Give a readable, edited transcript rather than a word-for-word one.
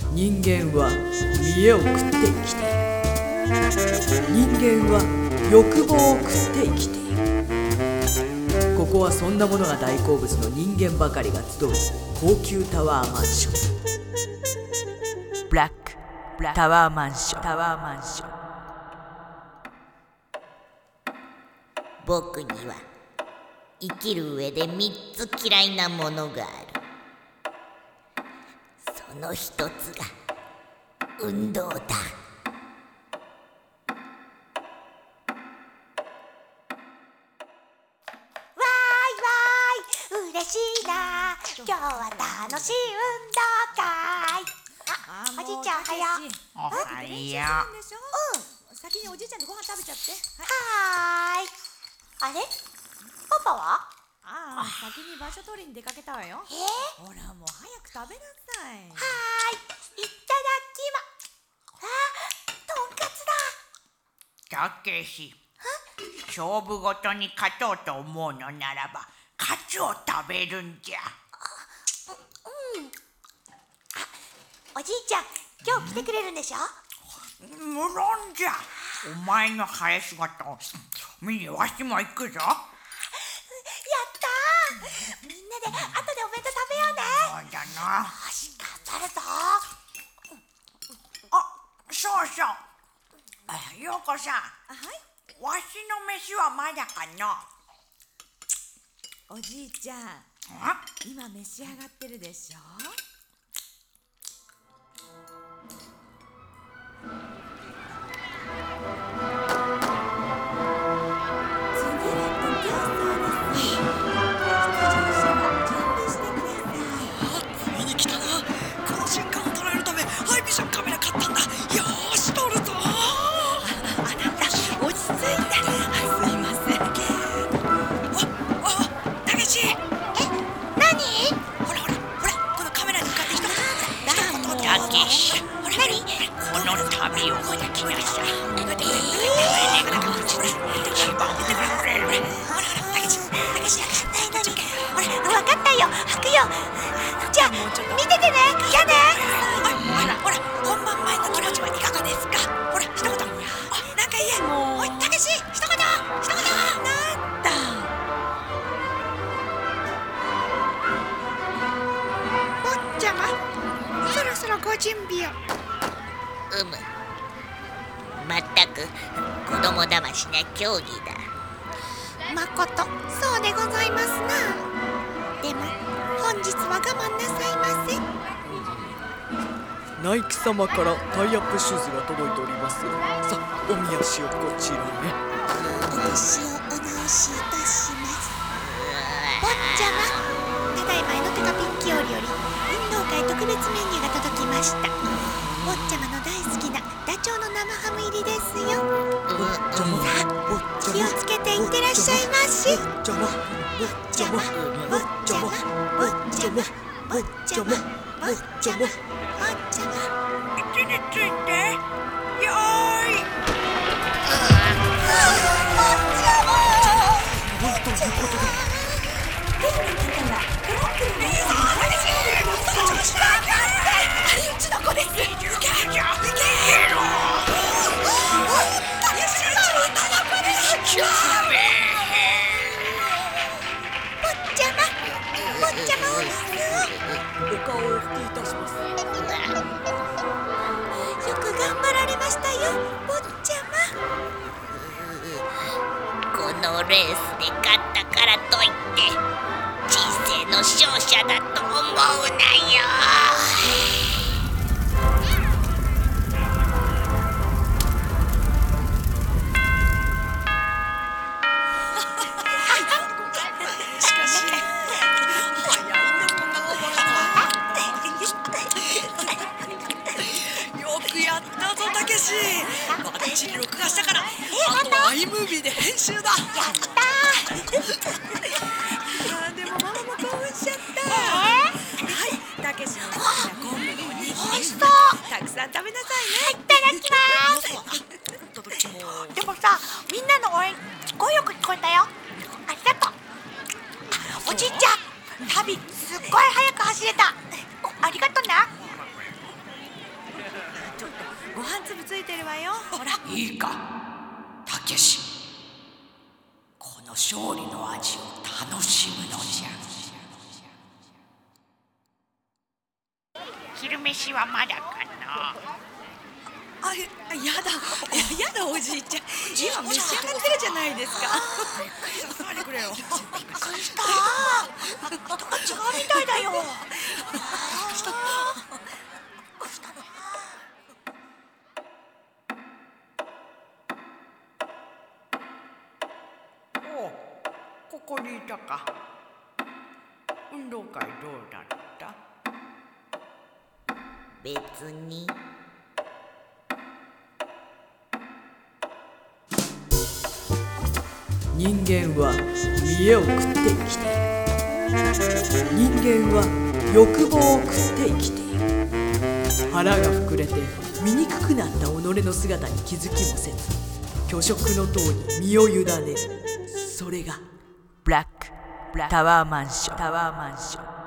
人間は見栄を食って生きている。人間は欲望を食って生きている。ここはそんなものが大好物の人間ばかりが集う高級タワーマンション。ブラックタワーマンション。 僕には生きる上で3つ嫌いなものがある。その一つが運動だ。わーい嬉しいな。今日は楽しい運動会。おじいちゃんおはよう。 おはよう。 先におじいちゃんとご飯食べちゃって。 はーい。あれ、パパは？ 先に場所取りに出かけたわよ。ほらもう早く食べなさい。 はーい、いただきま。とんかつだ。 たけし、勝負ごとに勝とうと思うのならばカツを食べるんじゃ。 おじいちゃん、今日来てくれるんでしょ？ 無論じゃ。お前の生え姿を見にわしも行くぞ。 やったー。みんなで後でお弁当食べようね。 そうだな。 よし、頑張るぞ。 そうそう。ようこさん。わしの飯はまだかな。 おじいちゃん、今召し上がってるでしょ。 この旅を聞きなさい。 分かったよ、吐くよ。じゃあ見ててね。じゃあね。 ほら本番前の気持ちはいかがですか。ほら一言なんか言え。おいたけし、一言。なんだ坊ちゃま、そろそろご準備を。 まったく子供だましな競技だ。 まことそうでございますな。でも本日は我慢なさいませ。 ナイキ様からタイアップシューズが届いております。さあ、おみ足をこちらへ。 お腰をお直しいたします。坊ちゃま、ただいまエノテカピッキオリより運動会特別メニューが届きました。坊ちゃまの大好きなダチョウの生ハム入りですよ。さあ、気をつけていってらっしゃいまし。坊ちゃま、 位置について。よーい。 うちの子です。 お顔をお拭きいたします。 よく頑張られましたよ、坊ちゃま。 このレースで勝ったからといって人生の勝者だと思うなよ。 バッチリ録画したから、あとはiMovieで編集だ。 やったー。でもママも興奮しちゃった。はい、たけしの好きな昆布のおにぎり。 美味しそう。 たくさん食べなさいね。 いただきます。でもさ、みんなの応援すごいよく聞こえたよ。ありがとう。おじいちゃん、旅すっごい早く走れた。ありがとな。 よ。ほら。 いいか、たけし。この勝利の味を楽しむのじゃ。昼飯はまだかな。 あ、やだおじいちゃん。今召し上がってるじゃないですか。びっくりさせないでくれよ。 びっくりした。人が違うみたいだよ。 おう、ここにいたか。運動会どうだった？ 別に。 人間は見栄を食って生きている。人間は欲望を食って生きている。腹が膨れて醜くなった己の姿に気づきもせず、虚飾の塔に身を委ねる。それがブラックタワーマンション。